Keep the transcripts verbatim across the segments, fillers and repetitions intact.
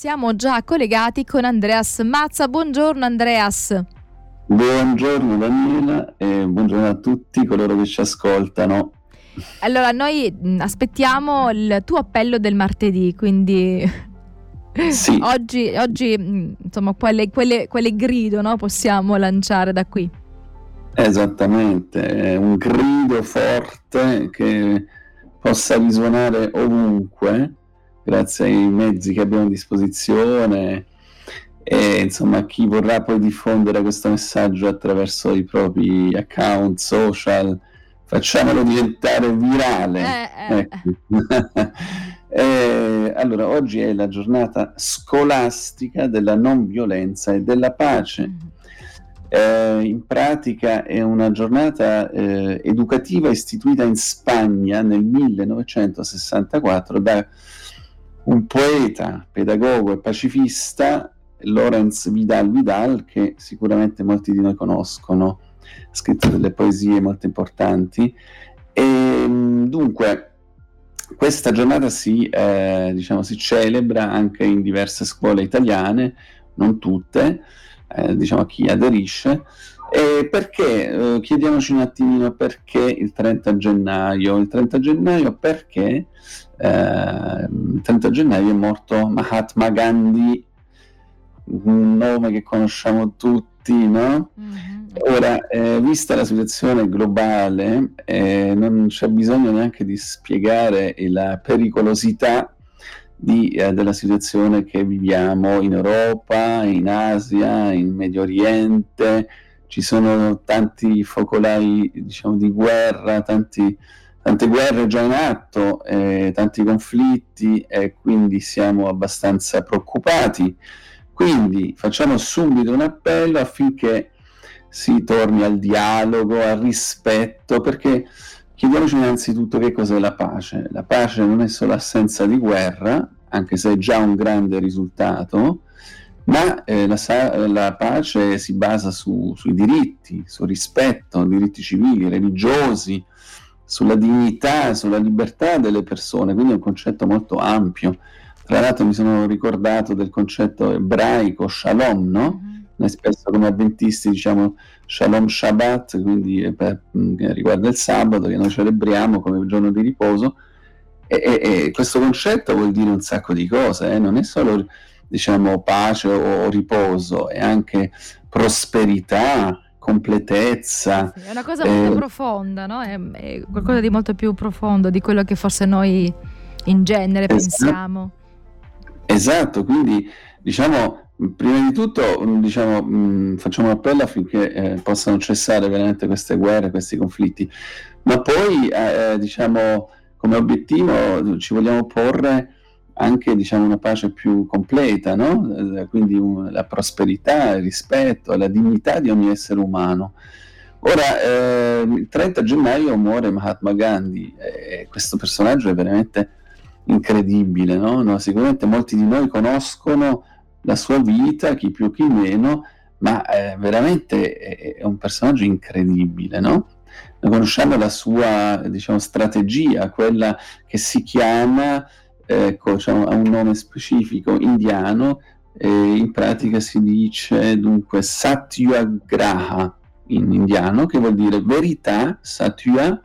Siamo già collegati con Andreas Mazza. Buongiorno Andreas. Buongiorno Daniela e buongiorno a tutti coloro che ci ascoltano. Allora, noi aspettiamo il tuo appello del martedì, quindi sì. oggi, oggi insomma quelle, quelle, quelle grido, no? Possiamo lanciare da qui. Esattamente, è un grido forte che possa risuonare ovunque grazie ai mezzi che abbiamo a disposizione e insomma chi vorrà poi diffondere questo messaggio attraverso i propri account social, facciamolo diventare virale. Eh, eh. Ecco. E allora, oggi è la giornata scolastica della non violenza e della pace. Mm. Eh, in pratica è una giornata eh, educativa istituita in Spagna nel millenovecentosessantaquattro da un poeta, pedagogo e pacifista, Lorenz Vidal Vidal, che sicuramente molti di noi conoscono, ha scritto delle poesie molto importanti. E dunque questa giornata si, eh, diciamo, si celebra anche in diverse scuole italiane, non tutte, eh, diciamo a chi aderisce. E perché? Eh, chiediamoci un attimino perché il trenta gennaio. Il trenta gennaio perché eh, il trenta gennaio è morto Mahatma Gandhi, un nome che conosciamo tutti, no? Mm-hmm. Ora, eh, vista la situazione globale, eh, non c'è bisogno neanche di spiegare la pericolosità di, eh, della situazione che viviamo in Europa, in Asia, in Medio Oriente. Ci sono tanti focolai, diciamo, di guerra, tanti, tante guerre già in atto, eh, tanti conflitti, e quindi siamo abbastanza preoccupati. Quindi facciamo subito un appello affinché si torni al dialogo, al rispetto, perché chiediamoci innanzitutto che cos'è la pace. La pace non è solo assenza di guerra, anche se è già un grande risultato, ma eh, la, la pace si basa su, sui diritti, sul rispetto, diritti civili, religiosi, sulla dignità, sulla libertà delle persone, quindi è un concetto molto ampio. Tra l'altro mi sono ricordato del concetto ebraico shalom, no? Mm-hmm. Noi spesso come avventisti diciamo shalom Shabbat, quindi per, che riguarda il sabato, che noi celebriamo come giorno di riposo, e, e, e questo concetto vuol dire un sacco di cose, eh? Non è solo diciamo pace o, o riposo, è anche prosperità, completezza. Sì, è una cosa molto eh, profonda, no? È, è qualcosa di molto più profondo di quello che forse noi in genere esatto, pensiamo. Esatto, quindi diciamo prima di tutto diciamo, mh, facciamo un appello affinché eh, possano cessare veramente queste guerre, questi conflitti, ma poi eh, diciamo come obiettivo ci vogliamo porre anche diciamo una pace più completa, no? Eh, quindi un, la prosperità, il rispetto, la dignità di ogni essere umano. Ora, eh, il trenta gennaio muore Mahatma Gandhi, e questo personaggio è veramente incredibile, no? No, sicuramente molti di noi conoscono la sua vita, chi più chi meno, ma eh, veramente è, è un personaggio incredibile, no? Noi conosciamo la sua, diciamo, strategia, quella che si chiama, ecco, diciamo, ha un nome specifico indiano, e in pratica si dice dunque Satyagraha in indiano, che vuol dire verità, Satya,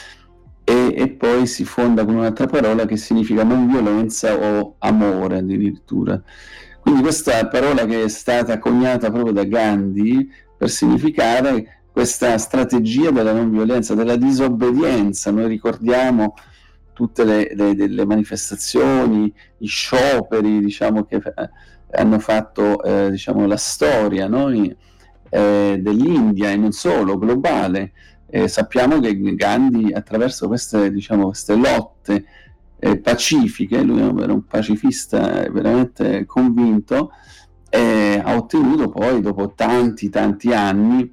e, e poi si fonda con un'altra parola che significa non violenza o amore addirittura. Quindi questa parola che è stata coniata proprio da Gandhi per significare questa strategia della non violenza, della disobbedienza. Noi ricordiamo tutte le, le, le manifestazioni, i scioperi, diciamo, che hanno fatto eh, diciamo, la storia, no? eh, dell'India e non solo, globale. Eh, sappiamo che Gandhi attraverso queste, diciamo, queste lotte eh, pacifiche, lui era un pacifista veramente convinto, eh, ha ottenuto poi dopo tanti tanti anni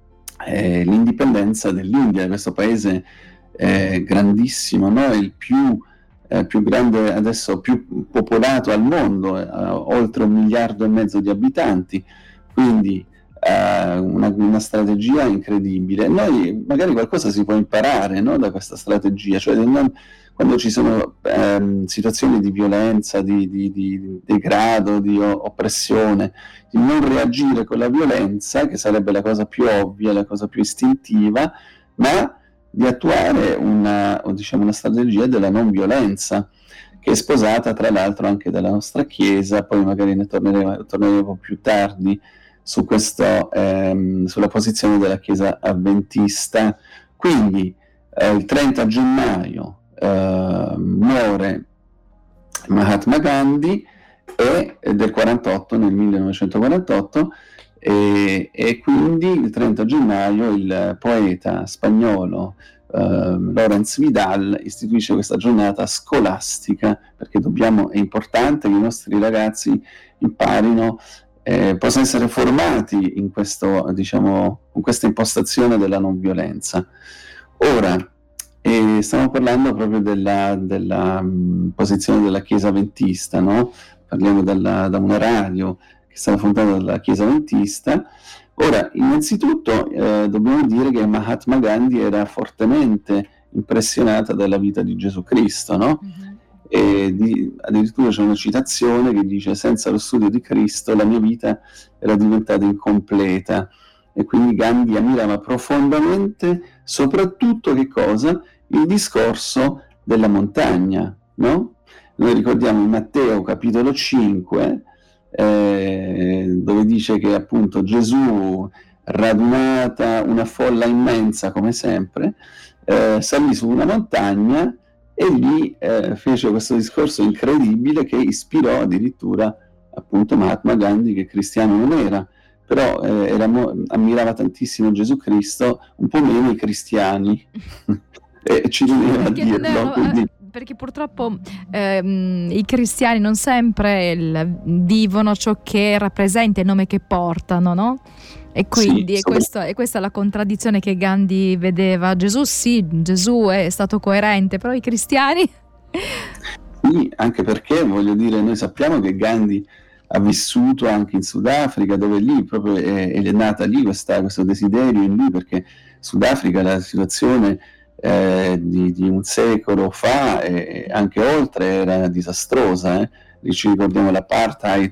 eh, l'indipendenza dell'India, questo paese eh, grandissimo, no? Il più, eh, più grande, adesso più popolato al mondo, eh, oltre un miliardo e mezzo di abitanti, quindi eh, una, una strategia incredibile. Noi magari qualcosa si può imparare, no, da questa strategia, cioè non, quando ci sono ehm, situazioni di violenza, di, di, di degrado, di o- oppressione, di non reagire con la violenza, che sarebbe la cosa più ovvia, la cosa più istintiva, ma di attuare una, o diciamo, una strategia della non violenza, che è sposata tra l'altro anche dalla nostra Chiesa. Poi magari ne torneremo, torneremo più tardi su questo, ehm, sulla posizione della Chiesa avventista. Quindi eh, il trenta gennaio eh, muore Mahatma Gandhi, e del quarantotto, nel millenovecentoquarantotto, e, e quindi il trenta gennaio il poeta spagnolo eh, Lawrence Vidal istituisce questa giornata scolastica, perché dobbiamo, è importante che i nostri ragazzi imparino, eh, possano essere formati in questo, diciamo, con questa impostazione della non violenza. Ora, e stiamo parlando proprio della, della mh, posizione della Chiesa Adventista, no? Parliamo della, da una radio che è stata fondata dalla Chiesa Adventista. Ora, innanzitutto eh, dobbiamo dire che Mahatma Gandhi era fortemente impressionata dalla vita di Gesù Cristo, no? Mhm. E di, addirittura c'è una citazione che dice: senza lo studio di Cristo la mia vita era diventata incompleta. E quindi Gandhi ammirava profondamente soprattutto che cosa? Il discorso della montagna, no? Noi ricordiamo in Matteo capitolo cinque, eh, dove dice che appunto Gesù, radunata una folla immensa come sempre, eh, salì su una montagna e lì eh, fece questo discorso incredibile che ispirò addirittura appunto Mahatma Gandhi, che cristiano non era, però eh, era, ammirava tantissimo Gesù Cristo, un po' meno i cristiani. E ci teneva a dirlo, era, quindi... perché purtroppo ehm, i cristiani non sempre il, vivono ciò che rappresenta, il nome che portano, no? E quindi sì, è, questo, è questa la contraddizione che Gandhi vedeva. Gesù sì, Gesù è stato coerente, però i cristiani... Sì, anche perché, voglio dire, noi sappiamo che Gandhi ha vissuto anche in Sudafrica, dove lì proprio è, è nata lì questa, questo desiderio in lui, perché Sudafrica, la situazione eh, di, di un secolo fa e anche oltre era disastrosa, eh? Lì ci ricordiamo l'apartheid,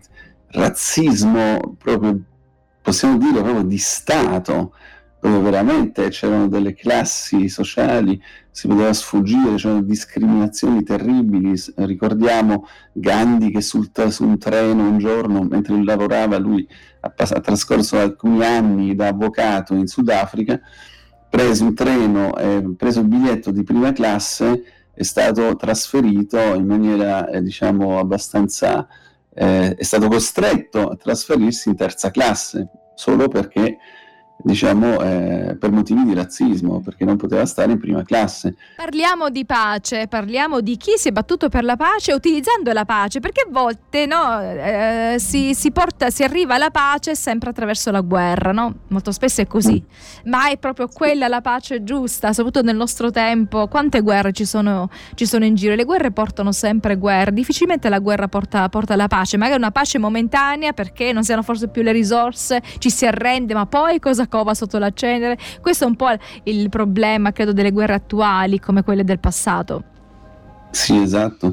razzismo proprio, possiamo dire proprio di Stato, dove veramente c'erano delle classi sociali, si poteva sfuggire, c'erano discriminazioni terribili. Ricordiamo Gandhi che sul, su un treno un giorno, mentre lavorava, lui ha, ha trascorso alcuni anni da avvocato in Sudafrica, preso un treno, eh, preso il biglietto di prima classe, è stato trasferito in maniera eh, diciamo abbastanza, eh, è stato costretto a trasferirsi in terza classe, solo perché diciamo eh, per motivi di razzismo, perché non poteva stare in prima classe. Parliamo di pace, parliamo di chi si è battuto per la pace utilizzando la pace, perché a volte no, eh, si, si porta, si arriva alla pace sempre attraverso la guerra, no? Molto spesso è così, mm. ma è proprio quella la pace giusta, soprattutto nel nostro tempo. Quante guerre ci sono, ci sono in giro? Le guerre portano sempre guerre, difficilmente la guerra porta, porta la pace, magari una pace momentanea perché non si hanno forse più le risorse, ci si arrende, ma poi cosa cova sotto la cenere? Questo è un po' il problema, credo, delle guerre attuali come quelle del passato. Sì, esatto.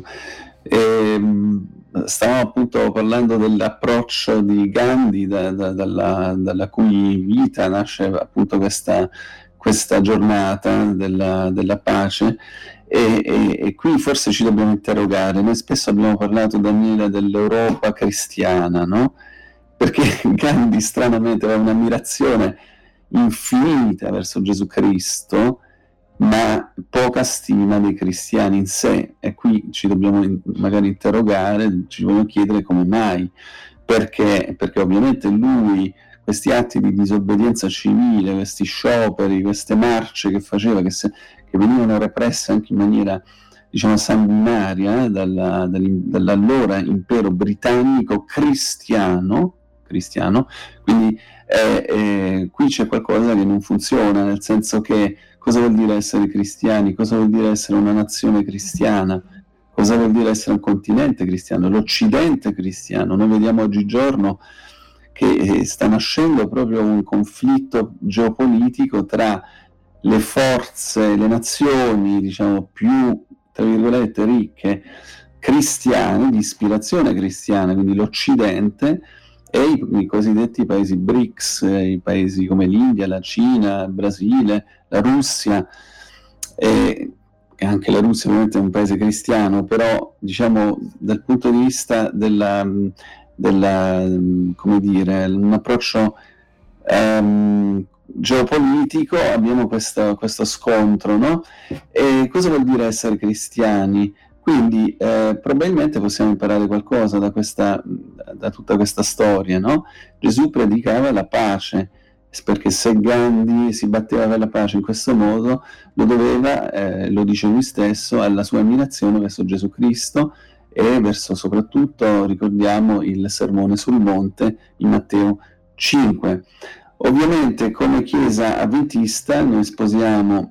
E, stavamo appunto parlando dell'approccio di Gandhi, da, da, dalla, dalla cui vita nasce appunto questa, questa giornata della, della pace, e, e, e qui forse ci dobbiamo interrogare. Noi spesso abbiamo parlato, Daniela, dell'Europa cristiana, no? Perché Gandhi stranamente aveva un'ammirazione infinita verso Gesù Cristo, ma poca stima dei cristiani in sé, e qui ci dobbiamo magari interrogare, ci dobbiamo chiedere come mai, perché, perché ovviamente lui questi atti di disobbedienza civile, questi scioperi, queste marce che faceva, che, se, che venivano represse anche in maniera diciamo sanguinaria eh, dalla, dall'allora impero britannico cristiano, cristiano quindi eh, eh, qui c'è qualcosa che non funziona, nel senso che cosa vuol dire essere cristiani, cosa vuol dire essere una nazione cristiana, cosa vuol dire essere un continente cristiano, l'Occidente cristiano. Noi vediamo oggigiorno che sta nascendo proprio un conflitto geopolitico tra le forze, le nazioni, diciamo, più, tra virgolette, ricche, cristiane, di ispirazione cristiana, quindi l'Occidente, e i, i cosiddetti paesi BRICS, i paesi come l'India, la Cina, il Brasile, la Russia, e anche la Russia ovviamente è un paese cristiano, però diciamo dal punto di vista della, della come dire, un approccio um, geopolitico abbiamo questo, questo scontro, no? E cosa vuol dire essere cristiani? Quindi eh, probabilmente possiamo imparare qualcosa da, questa, da tutta questa storia, no? Gesù predicava la pace, perché se Gandhi si batteva per la pace in questo modo, lo doveva, eh, lo dice lui stesso, alla sua ammirazione verso Gesù Cristo e verso soprattutto, ricordiamo, il sermone sul monte in Matteo cinque. Ovviamente come Chiesa Avventista noi sposiamo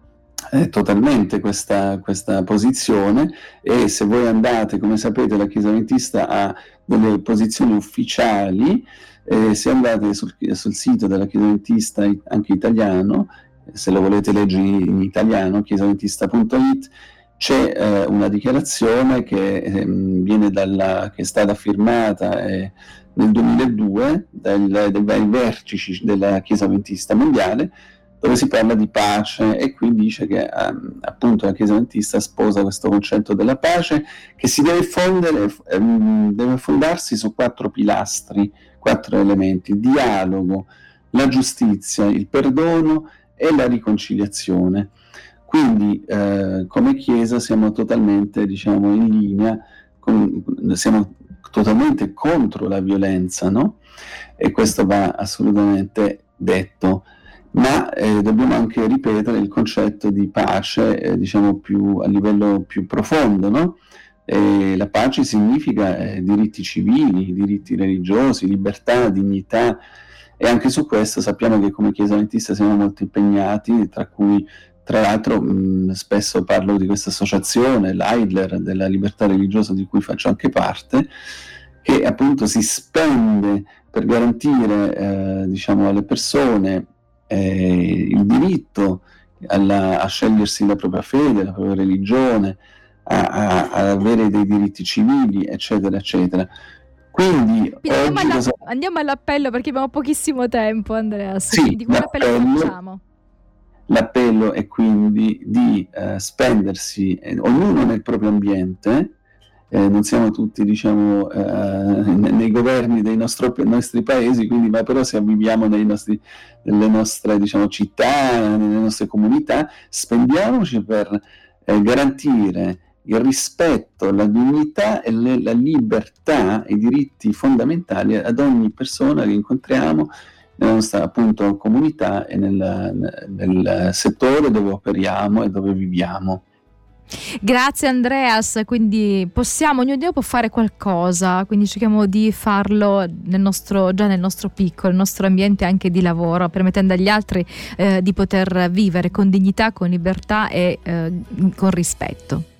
eh, totalmente questa, questa posizione, e se voi andate, come sapete, la Chiesa Avventista ha delle posizioni ufficiali. Eh, se andate sul, sul sito della Chiesa Adventista, anche italiano, se lo volete leggere in italiano, chiesa adventista punto it, c'è eh, una dichiarazione che, eh, viene dalla, che è stata firmata eh, nel duemiladue dai, dai vari vertici della Chiesa Adventista mondiale, dove si parla di pace, e qui dice che um, appunto la Chiesa Adventista sposa questo concetto della pace, che si deve fondere, um, deve fondarsi su quattro pilastri, quattro elementi: il dialogo, la giustizia, il perdono e la riconciliazione. Quindi eh, come Chiesa siamo totalmente, diciamo, in linea, con, siamo totalmente contro la violenza, no? E questo va assolutamente detto. Ma eh, dobbiamo anche ripetere il concetto di pace, eh, diciamo, più a livello più profondo, no? E la pace significa eh, diritti civili, diritti religiosi, libertà, dignità, e anche su questo sappiamo che come Chiesa Adventista siamo molto impegnati, tra cui, tra l'altro, mh, spesso parlo di questa associazione, l'Eidler, della libertà religiosa, di cui faccio anche parte, che appunto si spende per garantire eh, diciamo, alle persone Eh, il diritto alla, a scegliersi la propria fede, la propria religione, a, a, a avere dei diritti civili, eccetera, eccetera. Quindi, Quindi oggi andiamo, alla, cosa... andiamo all'appello, perché abbiamo pochissimo tempo, Andrea. Sì, quindi come appello facciamo? L'appello è quindi di eh, spendersi, eh, ognuno nel proprio ambiente. Eh, non siamo tutti, diciamo, eh, nei governi dei nostro, nostri paesi, quindi, ma però se viviamo nei nostri, nelle nostre, diciamo, città, nelle nostre comunità, spendiamoci per eh, garantire il rispetto, la dignità e le, la libertà e i diritti fondamentali ad ogni persona che incontriamo nella nostra, appunto, comunità e nel, nel settore dove operiamo e dove viviamo. Grazie Andreas, quindi possiamo, ognuno di noi può fare qualcosa, quindi cerchiamo di farlo nel nostro, già nel nostro piccolo, nel nostro ambiente anche di lavoro, permettendo agli altri eh, di poter vivere con dignità, con libertà e eh, con rispetto.